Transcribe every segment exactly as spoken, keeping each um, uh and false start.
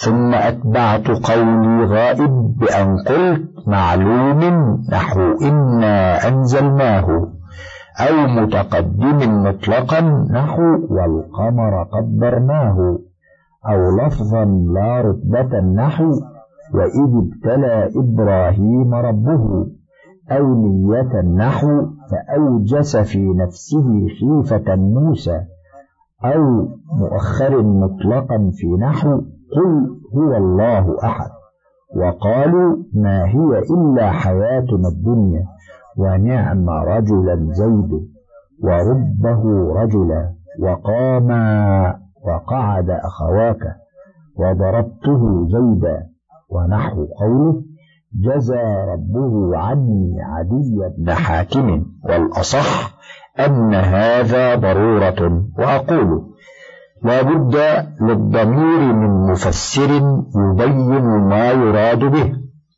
ثم أتبعت قولي غائب بأن قلت معلوم نحو إنا أنزلناه، أو متقدم مطلقا نحو والقمر قدرناه، أو لفظا لا رتبة نحو وإذ ابتلى إبراهيم ربه، أو نية نحو فأوجس في نفسه خيفة موسى، أو مؤخر مطلقا في نحو قل هو الله أحد. وقالوا ما هي إلا حياتنا الدنيا ونعم رجلا زيد، وربه رجلا، وقاما وقعد أخواك، وضربته زيدا، ونحو قوله جزى ربه عني عدي بن حاتم. والأصح أن هذا ضرورة. وأقول لا بد للضمير من مفسر يبين ما يراد به،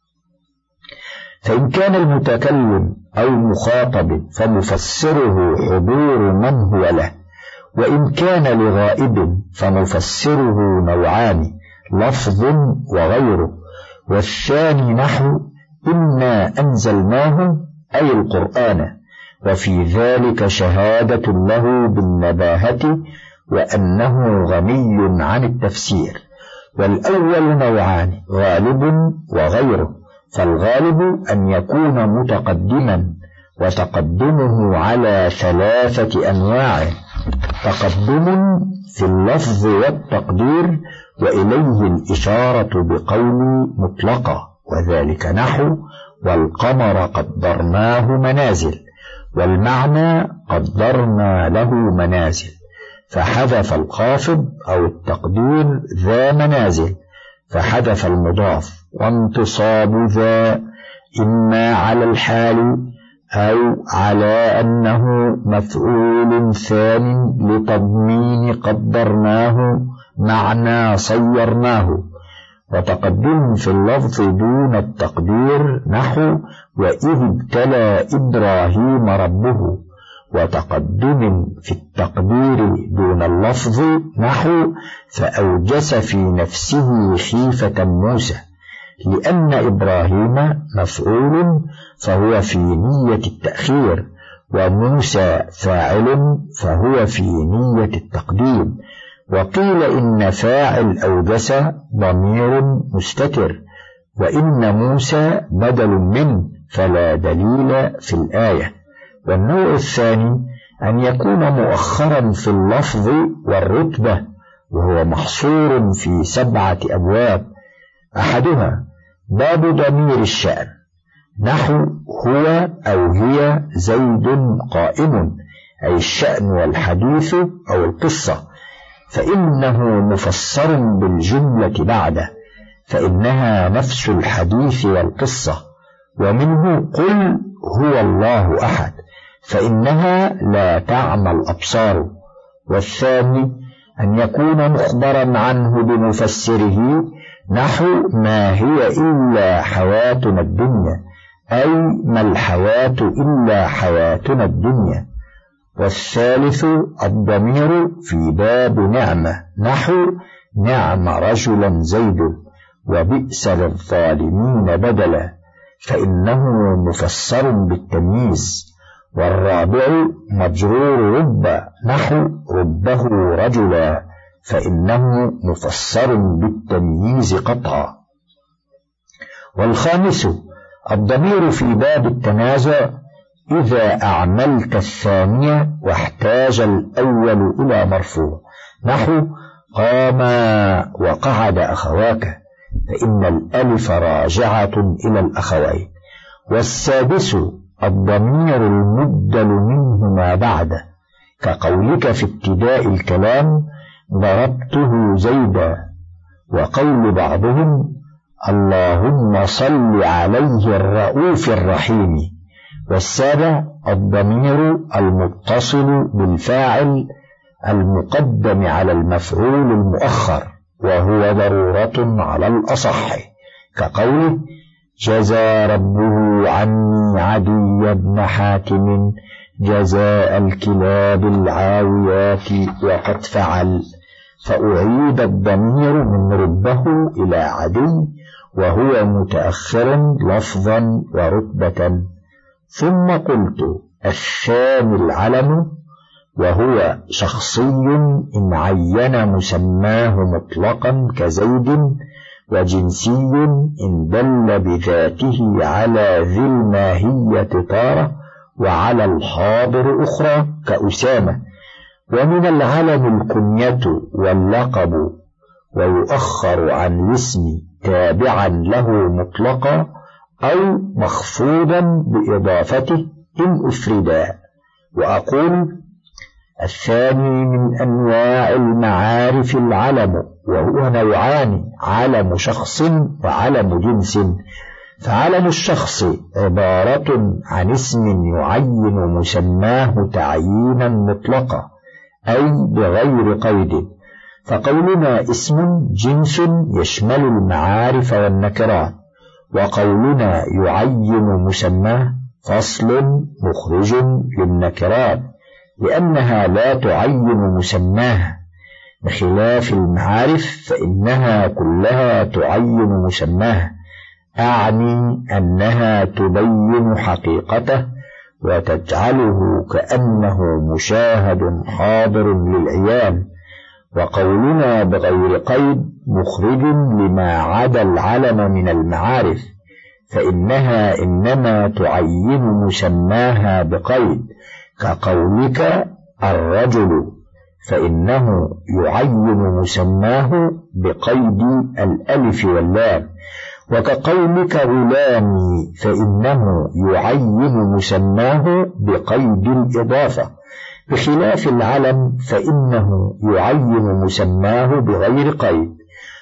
فإن كان المتكلم أو المخاطب فمفسره حضور من هو له، وإن كان لغائب فمفسره نوعان لفظ وغيره، والثاني نحو إنا أنزلناه أي القرآن، وفي ذلك شهادة له بالنباهة وأنه غني عن التفسير. والأول نوعان غالب وغيره، فالغالب أن يكون متقدما، وتقدمه على ثلاثة أنواع: تقدم في اللفظ والتقدير، وإليه الإشارة بقول مطلقة، وذلك نحو والقمر قدرناه منازل، والمعنى قدرنا له منازل، فحذف الخافض أو التقدير ذا منازل، فحذف المضاف، وانتصاب ذا إما على الحال أو على أنه مفعول ثان لتضمين قدرناه معنى صيرناه. وتقدم في اللفظ دون التقدير نحو وإذ ابتلى إبراهيم ربه، وتقدم في التقدير دون اللفظ نحو فأوجس في نفسه خيفة موسى، لأن إبراهيم مفعول فهو في نية التأخير، وموسى فاعل فهو في نية التقديم. وقيل إن فاعل أوجس ضمير مستتر، وإن موسى بدل منه، فلا دليل في الآية. والنوع الثاني أن يكون مؤخرا في اللفظ والرتبة، وهو محصور في سبعة أبواب: أحدها باب ضمير الشأن نحو هو أو هي زيد قائم، أي الشأن والحديث أو القصة، فإنه مفسر بالجملة بعده، فإنها نفس الحديث والقصة. ومنه قل هو الله أحد، فإنها لا تعمى الأبصار. والثاني أن يكون مخبرا عنه بمفسره نحو ما هي إلا حياتنا الدنيا، أي ما الحياة إلا حياتنا الدنيا. والثالث الضمير في باب نعمة نحو نعم رجلا زيد، وبئس للظالمين بدلا، فإنه مفسر بالتمييز. والرابع مجرور رب نحو ربه رجلا، فإنه مفسر بالتمييز قطعا. والخامس الضمير في باب التنازع إذا أعملت الثانية واحتاج الأول إلى مرفوع نحو قاما وقعد أخواك، فإن الألف راجعة إلى الأخوين. والسادس الضمير المبدل منه ما بعده، كقولك في ابتداء الكلام ضربته زيدا، وقول بعضهم اللهم صل عليه الرؤوف الرحيم. والسابع الضمير المتصل بالفاعل المقدم على المفعول المؤخر، وهو ضرورة على الأصح، كقوله جزى ربه عني عدي بن حاتم جزاء الكلاب العاويات وقد فعل، فأعيد الضمير من ربه إلى عدي وهو متأخر لفظا ورتبة. ثم قلت الثاني العلم، وهو شخصي إن عين مسماه مطلقا كزيد، وجنسي إن دل بذاته على ذي الماهية تارة وعلى الحاضر أخرى كأسامة. ومن العلم الكنية واللقب، ويؤخر عن الاسم تابعا له مطلقا أو مخفوضا بإضافته إن أفردا. وأقول الثاني من أنواع المعارف العلم، وهو نوعان: علم شخص وعلم جنس. فعلم الشخص عبارة عن اسم يعين مسماه تعيينا مطلقا أي بغير قيد، فقولنا اسم جنس يشمل المعارف والنكرات، وقولنا يعين مسماه فصل مخرج للنكرات لأنها لا تعين مسماها، بخلاف المعارف فإنها كلها تعين مسماها، أعني أنها تبين حقيقته وتجعله كأنه مشاهد حاضر للعيان. وقولنا بغير قيد مخرج لما عدا العلم من المعارف، فإنها إنما تعين مسماها بقيد، كقولك الرجل، فإنه يعين مسماه بقيد الألف واللام، وكقولك غلامي، فإنه يعين مسماه بقيد الإضافة، بخلاف العلم فإنه يعين مسماه بغير قيد.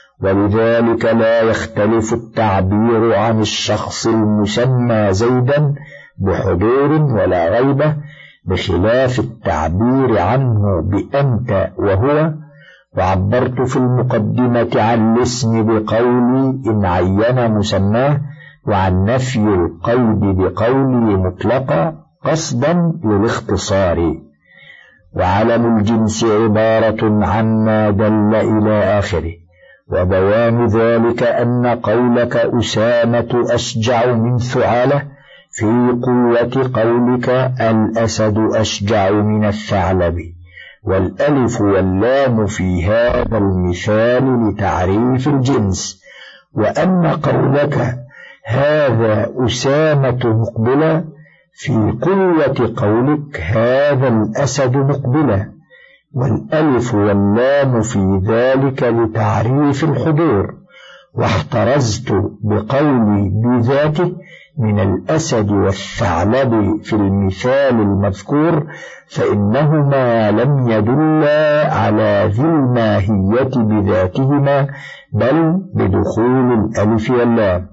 ولذلك لا يختلف التعبير عن الشخص المسمى زيدا بحضور ولا غيبة، بخلاف التعبير عنه بأنت وهو. وعبرت في المقدمة عن الاسم بقولي إن عين مسماه، وعن نفي القيد بقولي مطلقا قصدا للاختصار. وعلم الجنس عبارة عما دل إلى آخره. وبيان ذلك أن قولك أسامة أشجع من ثعالة في قوة قولك الأسد أشجع من الثعلب، والألف واللام في هذا المثال لتعريف الجنس. وأن قولك هذا أسامة مقبلة في قوة قولك هذا الأسد مقبلة، والألف واللام في ذلك لتعريف الحضور. واحترزت بقولي بذاته من الأسد والثعلب في المثال المذكور، فإنهما لم يدلا على ذي الماهية بذاتهما، بل بدخول الألف واللام.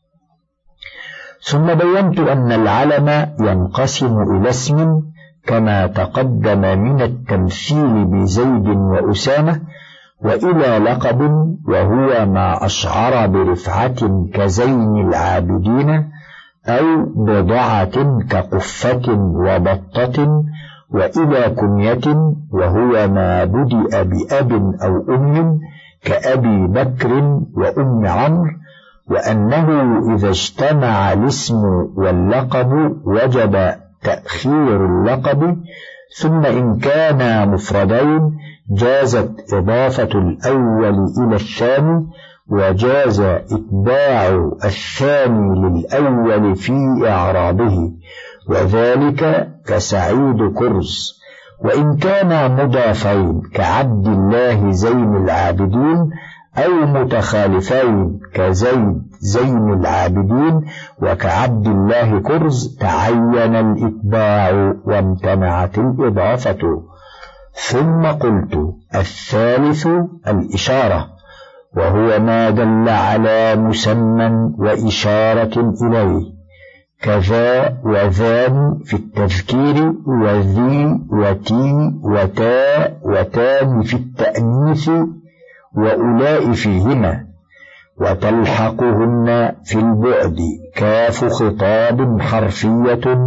ثم بينت أن العلم ينقسم إلى اسم كما تقدم من التمثيل بزيد وأسامة، وإلى لقب وهو ما أشعر برفعة كزين العابدين، أو بضعة كقفة وبطة، وإلى كنية وهو ما بدأ بأب أو أم كأبي بكر وأم عمرو، وأنه إذا اجتمع الاسم واللقب وجب تأخير اللقب، ثم إن كانا مفردين جازت إضافة الأول إلى الثاني، وجاز إتباع الثاني للأول في إعرابه، وذلك كسعيد كرز. وإن كانا مضافين كعبد الله زين العابدين، أو متخالفين كزيد زين العابدين وكعبد الله كرز، تعين الإتباع وامتنعت الإضافة. ثم قلت الثالث الإشارة، وهو ما دل على مسمى وإشارة إليه، كذا وذان في التذكير، وذي وتي وتا وتان في التأنيث، وأولاء فيهما، وتلحقهن في البعد كاف خطاب حرفية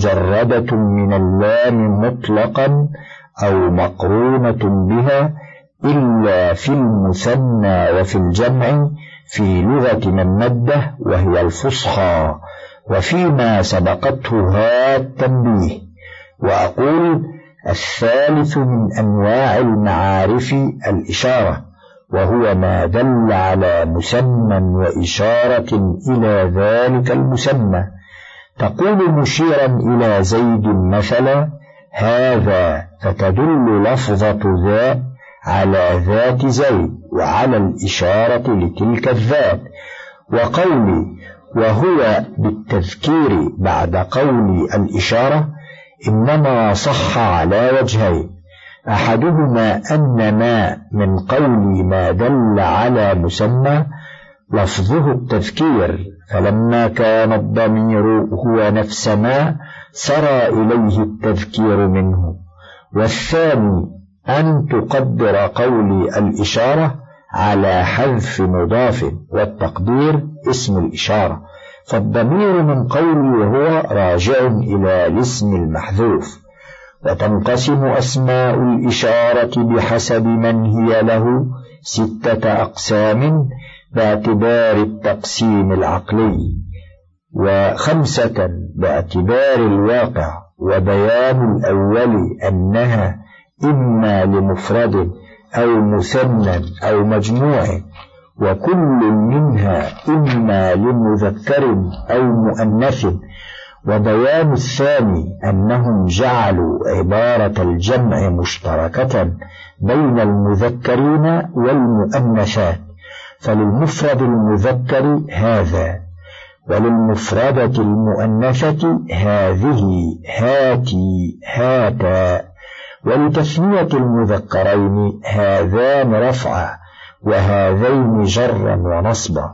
مجردة من اللام مطلقا أو مقرونة بها، إلا في المثنى وفي الجمع في لغة من مده وهي الفصحى، وفيما سبقته ها التنبيه. وأقول الثالث من أنواع المعارف الإشارة، وهو ما دل على مسمى وإشارة إلى ذلك المسمى. تقول مشيرا إلى زيد مثلا هذا، فتدل لفظة ذا على ذات زيد وعلى الإشارة لتلك الذات. وقولي وهو بالتذكير بعد قول الإشارة إنما صح على وجهين، أحدهما أن ما من قول ما دل على مسمى لفظه التذكير، فلما كان الضمير هو نفس ما سرى إليه التذكير منه. والثاني أن تقدر قول الإشارة على حذف مضاف، والتقدير اسم الإشارة، فالضمير من قولي وهو راجع إلى الاسم المحذوف. وتنقسم أسماء الإشارة بحسب من هي له ستة أقسام باعتبار التقسيم العقلي، وخمسة باعتبار الواقع. وبيان الأول أنها إما لمفرد أو مثنى أو مجموع، وكل منها إما لمذكر أو مؤنث. وبيان الثاني أنهم جعلوا عبارة الجمع مشتركة بين المذكرين والمؤنثات، فللمفرد المذكر هذا، وللمفردة المؤنثة هذه هاتي هاتا، ولتثنية المذكرين هذان رفعا وهذين جرا ونصبا،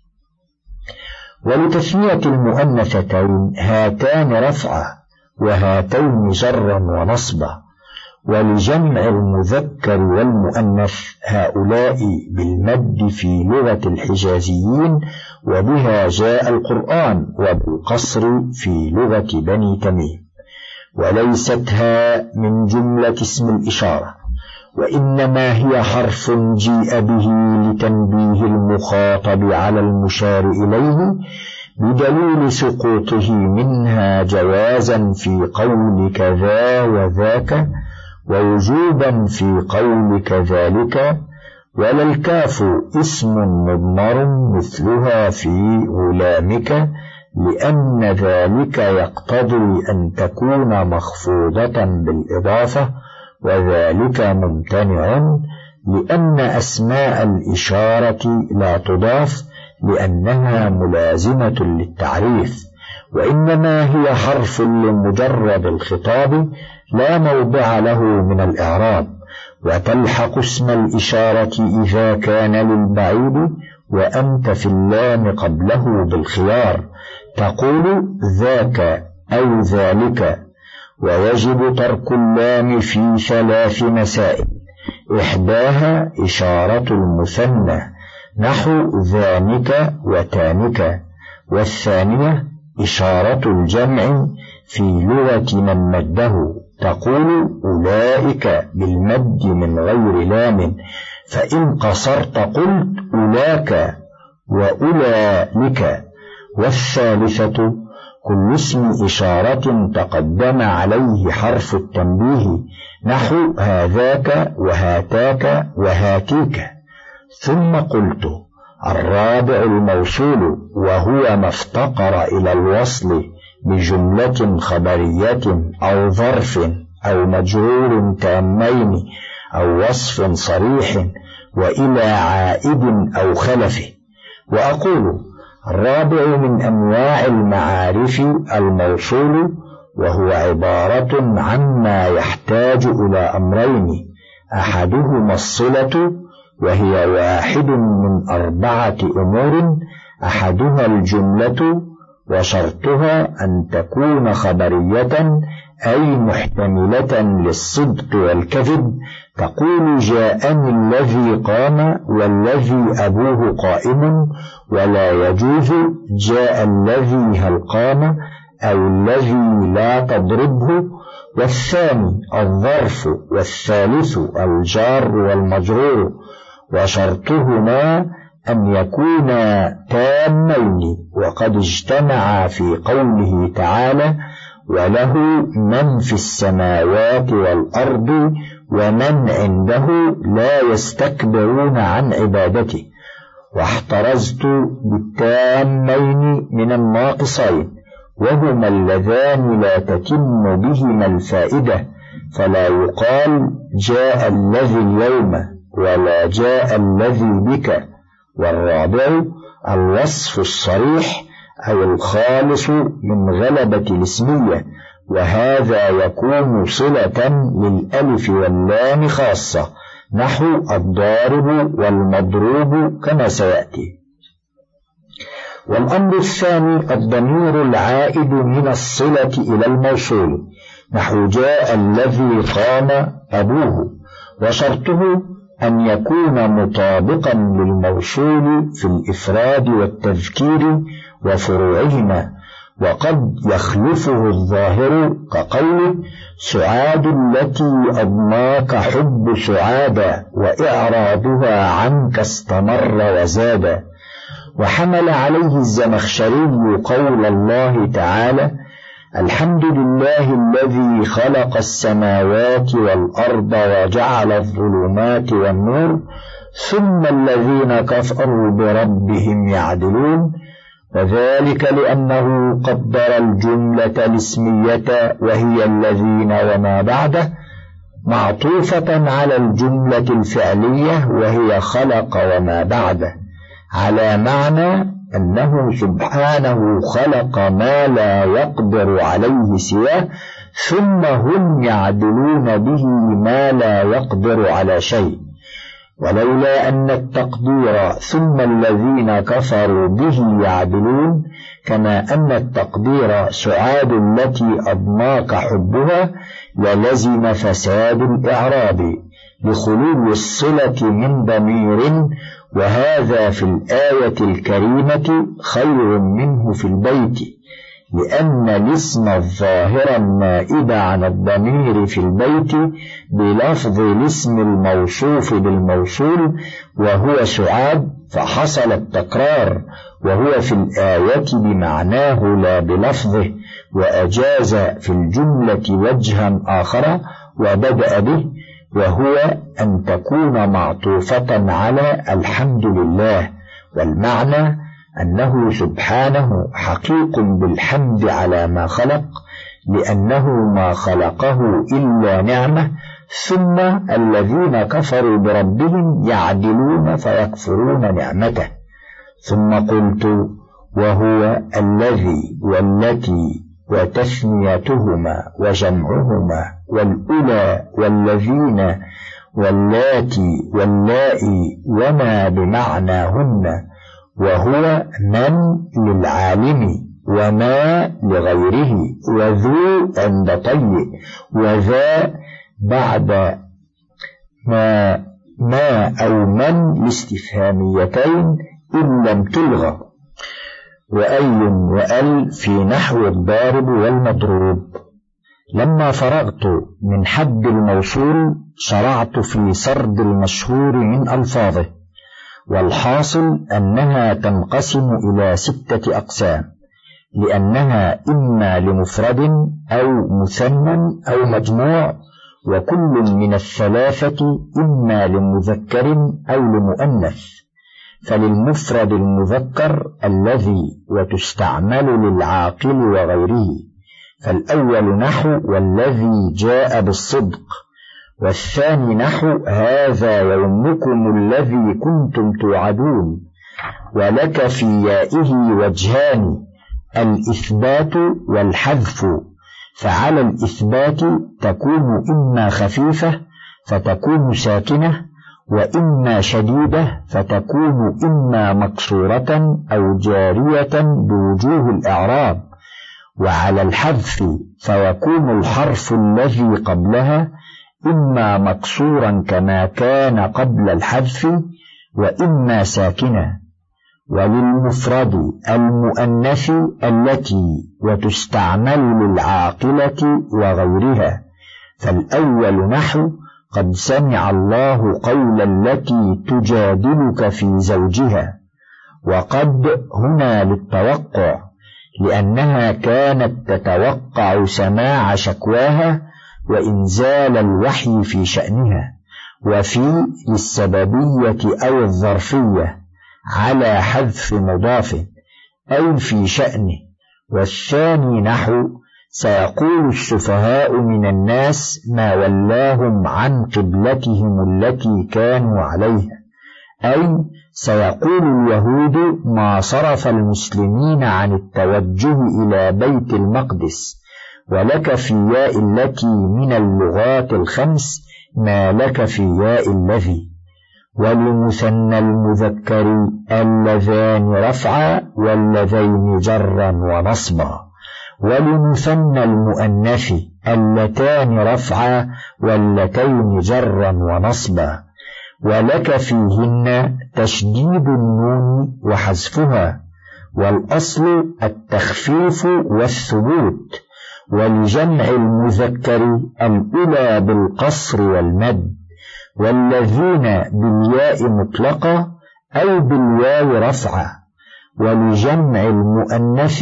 ولتثنية المؤنثتين هاتان رفعا وهاتين جرا ونصبا، ولجمع المذكر والمؤنث هؤلاء بالمد في لغة الحجازيين، وبها جاء القرآن، وبالقصر في لغة بني تميم. وليست ها من جملة اسم الإشارة، وإنما هي حرف جيء به لتنبيه المخاطب على المشار إليه، بدليل سقوطه منها جوازا في قول كذا وذاك، ووجوبا في قول كذلك. ولا الكاف اسم مضمر مثلها في غلامك، لأن ذلك يقتضي أن تكون مخفوضة بالإضافة، وذلك ممتنع لأن أسماء الإشارة لا تضاف لأنها ملازمة للتعريف، وإنما هي حرف لمجرد الخطاب لا موضع له من الإعراب. وتلحق اسم الإشارة إذا كان للبعيد وأنت في اللام قبله بالخيار، تقول ذاك أو ذلك. ويجب ترك اللام في ثلاث مسائل، إحداها إشارة المثنى نحو ذانك وتانك، والثانية إشارة الجمع في لغة من مده، تقول أولئك بالمد من غير لام، فإن قصرت قلت أولاك وأولئك. والثالثة كل اسم إشارة تقدم عليه حرف التنبيه نحو هذاك وهاتاك وهاتيك. ثم قلت الرابع الموصول، وهو ما افتقر إلى الوصل بجملة خبرية أو ظرف أو مجرور تامين أو وصف صريح وإلى عائد أو خلفه. وأقول الرابع من أنواع المعارف الموصول، وهو عبارة عما يحتاج إلى أمرين، أحدهما الصلة، وهي واحد من أربعة أمور، أحدها الجملة، وشرطها أن تكون خبرية أي محتملة للصدق والكذب، تقول جاءني الذي قام والذي أبوه قائم، ولا يجوز جاء الذي هل قام أو الذي لا تضربه. والثاني الظرف، والثالث الجار والمجرور، وشرطهما أن يكونا تامين، وقد اجتمعا في قوله تعالى: وله من في السماوات والأرض ومن عنده لا يستكبرون عن عبادته. واحترزت بالتامين من الناقصين، وهما اللذان لا تتم بهما الفائدة، فلا يقال جاء الذي اليوم ولا جاء الذي بك. والرابع الوصف الصريح أو الخالص من غلبة الاسمية، وهذا يكون صلة للألف واللام خاصة، نحو الضارب والمضروب كما سيأتي. والأمر الثاني الضمير العائد من الصلة إلى الموصول، نحو جاء الذي قام أبوه، وشرطه أن يكون مطابقا للموصول في الإفراد والتذكير وفروعهما، وقد يخلفه الظاهر كقوله: سعاد التي أضناك حب سعادا، وإعراضها عنك استمر وزادا. وحمل عليه الزمخشري قول الله تعالى: الحمد لله الذي خلق السماوات والأرض وجعل الظلمات والنور ثم الذين كفروا بربهم يعدلون، وذلك لأنه قدر الجملة الاسمية وهي الذين وما بعده معطوفة على الجملة الفعلية وهي خلق وما بعده، على معنى أنه سبحانه خلق ما لا يقدر عليه سواه، ثم هم يعدلون به ما لا يقدر على شيء. ولولا أن التقدير ثم الذين كفروا به يعدلون، كما أن التقدير سعاد التي أضناك حبها، للزم فساد الإعراب لخلو الصلة من ضمير، وهذا في الآية الكريمة خير منه في البيت، لأن الاسم الظاهر النائب عن الضمير في البيت بلفظ الاسم الموصوف بالموصول وهو سعاد، فحصل التكرار، وهو في الآية بمعناه لا بلفظه، وأجاز في الجملة وجها آخر وبدأ به، وهو أن تكون معطوفة على الحمد لله، والمعنى أنه سبحانه حقيق بالحمد على ما خلق، لأنه ما خلقه إلا نعمة، ثم الذين كفروا بربهم يعدلون فيكفرون نعمته. ثم قلت: وهو الذي والتي وتثنيتهما وجمعهما، والأولى والذين واللاتي واللائي وما بمعناهن، وهو من للعالم وما لغيره، وذو عند طي، وذا بعد ما ما أو من لاستفهاميتين إن لم تلغى، وأي وأل في نحو الضارب والمضروب. لما فرغت من حد الموصول شرعت في سرد المشهور من ألفاظه، والحاصل أنها تنقسم إلى ستة أقسام، لأنها إما لمفرد أو مثنى أو مجموع، وكل من الثلاثة إما لمذكر أو لمؤنث. فللمفرد المذكر الذي وتستعمل للعاقل وغيره، فالأول نحو والذي جاء بالصدق، والثاني نحو هذا يومكم الذي كنتم توعدون. ولك في يائه وجهان: الإثبات والحذف، فعلى الإثبات تكون إما خفيفة فتكون ساكنة، وإما شديدة فتكون إما مكسورة أو جارية بوجوه الإعراب. وعلى الحذف فيكون الحرف الذي قبلها إما مكسورا كما كان قبل الحذف، وإما ساكنا. وللمفرد المؤنث التي وتستعمل للعاقلة وغيرها، فالأول نحو قد سمع الله قول التي تجادلك في زوجها، وقد هنا للتوقع لأنها كانت تتوقع سماع شكواها وإنزال الوحي في شأنها، وفي للسببية أو الظرفية على حذف مضاف أي في شأنه. والثاني نحو سيقول السفهاء من الناس ما ولاهم عن قبلتهم التي كانوا عليها، أي سيقول اليهود ما صرف المسلمين عن التوجه إلى بيت المقدس، ولك في ياء التي من اللغات الخمس ما لك في ياء الذي. ولمثنى المذكر اللذان رفعا واللذين جرا ونصبا، ولمثنى المؤنث اللتان رفعا واللتين جرا ونصبا، ولك فيهن تشديد النون وحذفها، والأصل التخفيف والثبوت. ولجمع المذكر الأولى بالقصر والمد، والذين بالياء مطلقة أو بالواو رفعة. ولجمع المؤنث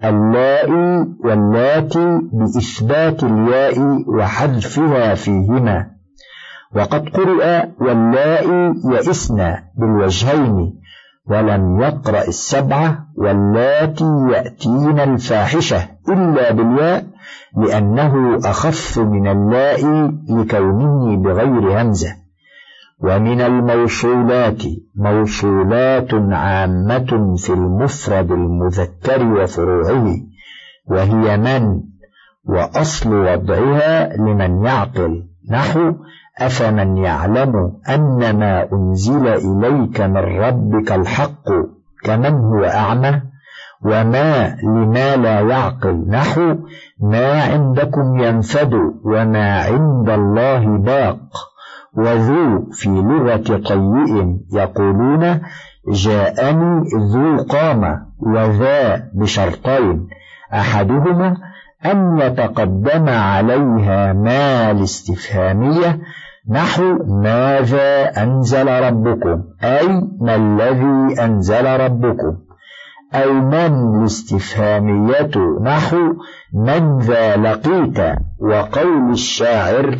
اللائي واللاتي بإثبات الياء وحذفها فيهما. وقد قرئ واللائي يئسن بالوجهين، ولم يقرأ السبعة واللاتي يأتين الفاحشة إلا بالياء، لأنه أخف من اللاء لكونه بغير همزة. ومن الموصولات موصولات عامة في المفرد المذكر وفروعه، وهي من، وأصل وضعها لمن يعقل، نحو أفمن يعلم أن ما أنزل إليك من ربك الحق كمن هو أعمى. وما لما لا يعقل، نحو ما عندكم ينفد وما عند الله باق. وذو في لغة قيء يقولون جاءني ذو قامة، وذا بشرطين، أحدهما أن يتقدم عليها ما الاستفهامية، نحو ماذا أنزل ربكم، أي ما الذي أنزل ربكم، أو من الاستفهامية، نحو من ذا لقيت. وقول الشاعر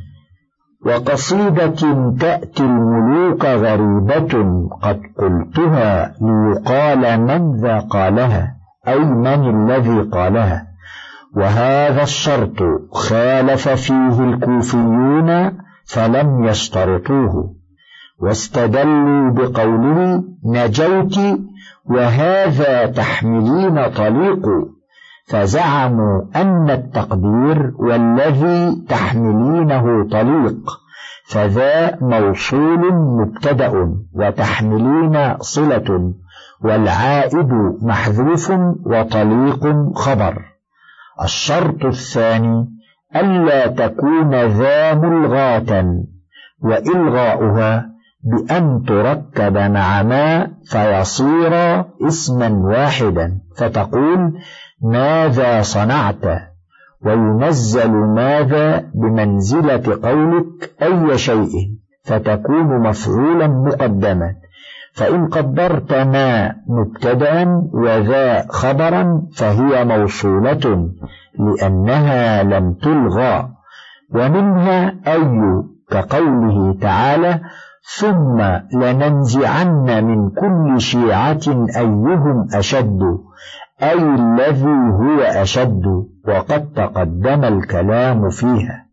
وقصيدة تأتي الملوك غريبة قد قلتها ليقال من ذا قالها، أي من الذي قالها. وهذا الشرط خالف فيه الكوفيون فلم يشترطوه، واستدلوا بقوله نجوت وهذا تحملين طليق، فزعموا أن التقدير والذي تحملينه طليق، فذا موصول مبتدأ وتحملين صلة، والعائد محذوف وطليق خبر. الشرط الثاني ألا تكون ذا ملغاة، وإلغاؤها بأن تركب مع ما فيصير اسما واحدا، فتقول ماذا صنعت، وينزل ماذا بمنزلة قولك أي شيء، فتكون مفعولا مقدما. فإن قدرت ما مبتدأ وذا خبرا فهي موصولة لأنها لم تلغى. ومنها أي كقوله تعالى ثم لننزعن من كل شيعة أيهم أشد، أي الذي هو أشد، وقد تقدم الكلام فيها.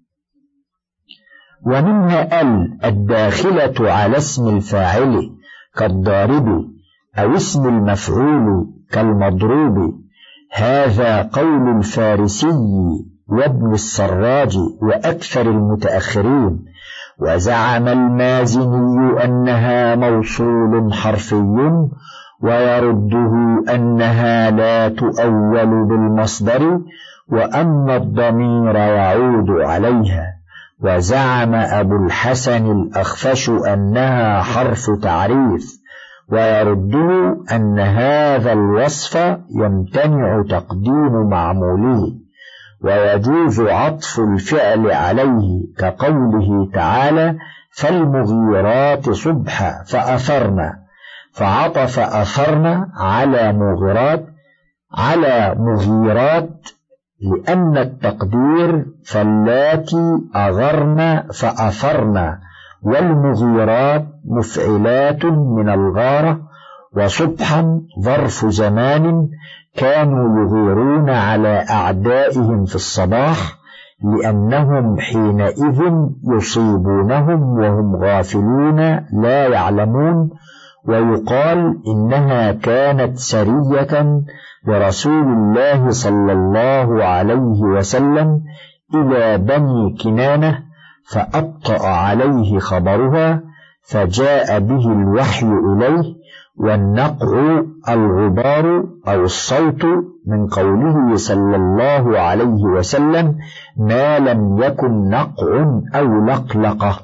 ومنها ال الداخلة على اسم الفاعل كالضارب، أو اسم المفعول كالمضروب. هذا قول الفارسي وابن السراج وأكثر المتأخرين. وزعم المازني أنها موصول حرفي، ويرده أنها لا تؤول بالمصدر، وأن الضمير يعود عليها. وزعم أبو الحسن الأخفش أنها حرف تعريف، ويرده أن هذا الوصف يمتنع تقديم معموله. ويجوز عطف الفعل عليه كقوله تعالى فالمغيرات صبحا فأثرنا، فعطف أثرنا على مغيرات على مغيرات لأن التقدير فاللاتي أغرن فأثرن، والمغيرات مفعلات من الغارة، وصبحا ظرف زمان كانوا يغيرون على أعدائهم في الصباح لأنهم حينئذ يصيبونهم وهم غافلون لا يعلمون. ويقال إنها كانت سرية لرسول الله صلى الله عليه وسلم إلى بني كنانة فأبطأ عليه خبرها فجاء به الوحي إليه. والنقع الغبار أو الصوت من قوله صلى الله عليه وسلم ما لم يكن نقع أو لقلقة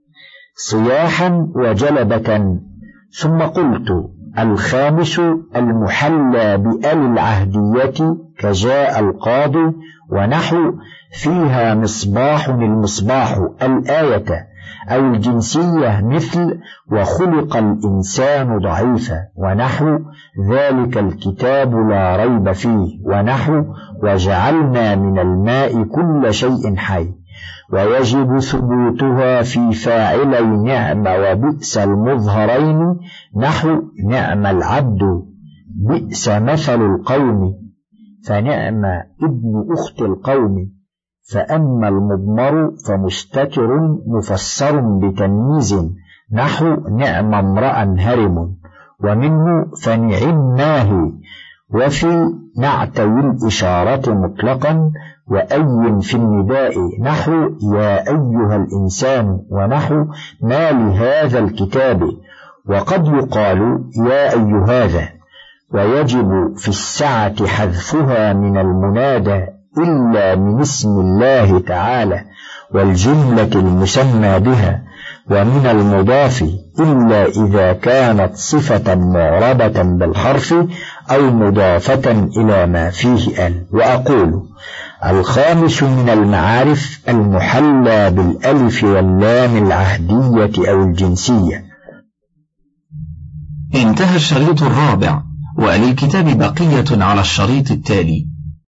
صياحا وجلبة. ثم قلت الخامس المحلى بأل العهدية كجاء القاضي ونحو فيها مصباح المصباح الآية، أو الجنسية مثل وخلق الإنسان ضعيفا ونحو ذلك الكتاب لا ريب فيه، ونحو وجعلنا من الماء كل شيء حي. ويجب ثبوتها في فاعلي نعم وبئس المظهرين نحو نعم العبد بئس مثل القوم، فنعم ابن أخت القوم. فأما المضمر فمستتر مفسر بتمييز نحو نعم امرأ هرم، ومنه فنعمناه. وفي نعتي الإشارة مطلقا وأي في النداء نحو يا أيها الإنسان ونحو ما لهذا الكتاب، وقد يقال يا أيها ذا. ويجب في السعة حذفها من المنادى إلا من اسم الله تعالى والجملة المسمى بها، ومن المضاف إلا إذا كانت صفة معربة بالحرف أو مضافة إلى ما فيه ال. وأقول الخامس من المعارف المحلى بالألف واللام العهدية أو الجنسية. انتهى الشريط الرابع، وللكتاب بقية على الشريط التالي.